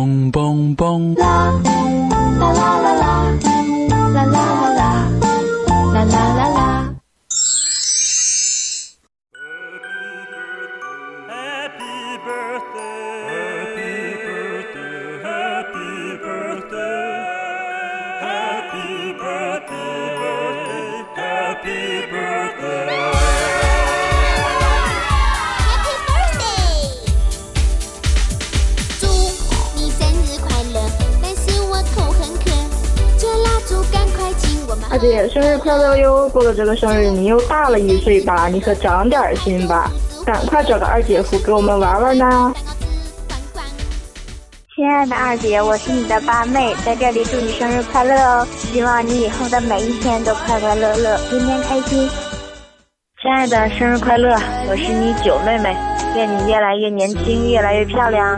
蹦蹦蹦，啦啦啦啦啦，啦啦啦啦，啦啦啦啦。 二姐，生日快乐哟！过了这个生日，你又大了1岁吧？你可长点心吧，赶快找个二姐夫给我们玩玩呢！ 亲爱的二姐，我是你的八妹，在这里祝你生日快乐哦！希望你以后的每一天都快快乐乐，天天开心。 亲爱的，生日快乐！我是你九妹妹，愿你越来越年轻，越来越漂亮。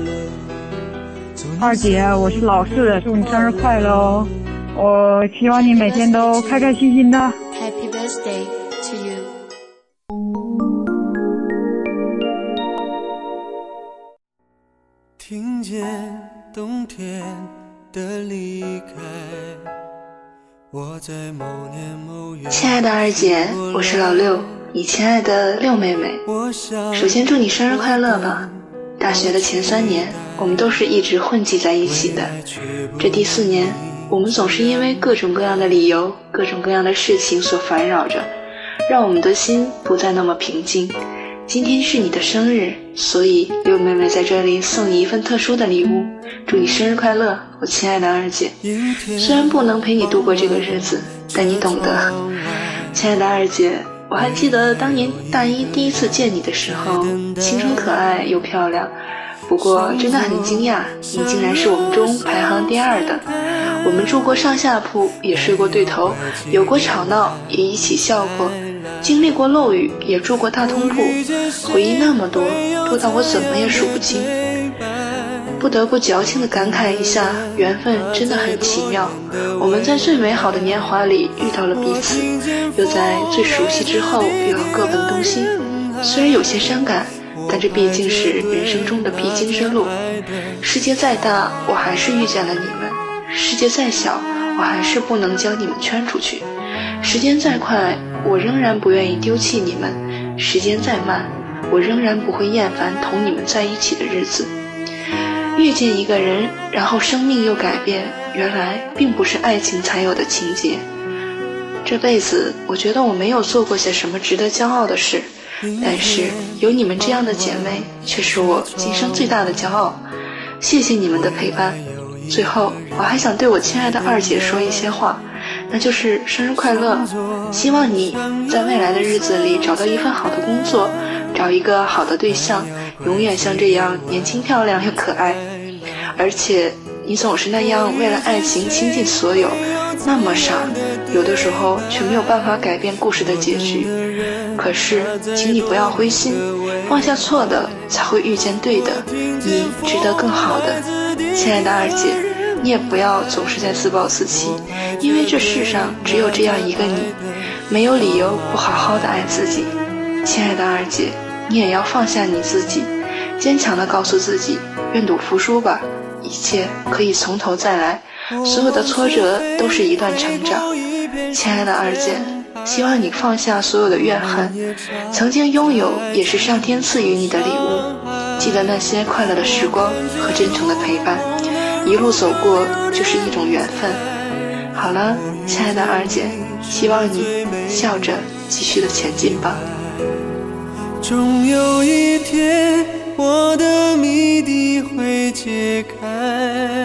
二姐，我是老四，祝你生日快乐哦！我希望你每天都开开心心的。 Happy birthday to you。听见冬天的离开，我在某年某月。 亲爱的二姐，我是老六，你亲爱的六妹妹。首先祝你生日快乐吧！大学的前3年，我们都是一直混迹在一起的。这第4年，我们总是因为各种各样的理由，各种各样的事情所烦扰着，让我们的心不再那么平静。今天是你的生日，所以六妹妹在这里送你一份特殊的礼物，祝你生日快乐，我亲爱的二姐。虽然不能陪你度过这个日子，但你懂得。亲爱的二姐，我还记得当年大一第一次见你的时候，青春可爱又漂亮，不过真的很惊讶，你竟然是我们中排行第2的。我们住过上下铺，也睡过对头，有过吵闹，也一起笑过，经历过漏雨，也住过大通铺，回忆那么多，多到我怎么也数不清。不得不矫情地感慨一下，缘分真的很奇妙。我们在最美好的年华里遇到了彼此，又在最熟悉之后又要各奔东西。虽然有些伤感，但这毕竟是人生中的必经之路。世界再大，我还是遇见了你们；世界再小，我还是不能将你们圈出去；时间再快，我仍然不愿意丢弃你们；时间再慢，我仍然不会厌烦同你们在一起的日子。遇见一个人，然后生命又改变，原来并不是爱情才有的情节。这辈子我觉得我没有做过些什么值得骄傲的事，但是有你们这样的姐妹却是我今生最大的骄傲。谢谢你们的陪伴。最后我还想对我亲爱的二姐说一些话，那就是生日快乐，希望你在未来的日子里找到一份好的工作，找一个好的对象，永远像这样年轻漂亮又可爱。而且你总是那样为了爱情倾尽所有，那么傻，有的时候却没有办法改变故事的结局。可是请你不要灰心，放下错的才会遇见对的，你值得更好的。亲爱的二姐，你也不要总是在自暴自弃，因为这世上只有这样一个你，没有理由不好好的爱自己。亲爱的二姐，你也要放下你自己，坚强地告诉自己，愿赌服输吧，一切可以从头再来，所有的挫折都是一段成长。亲爱的二姐，希望你放下所有的怨恨，曾经拥有也是上天赐予你的礼物，记得那些快乐的时光和真诚的陪伴，一路走过就是一种缘分。好了，亲爱的二姐，希望你笑着继续的前进吧。 终有一天，我的谜底会解开。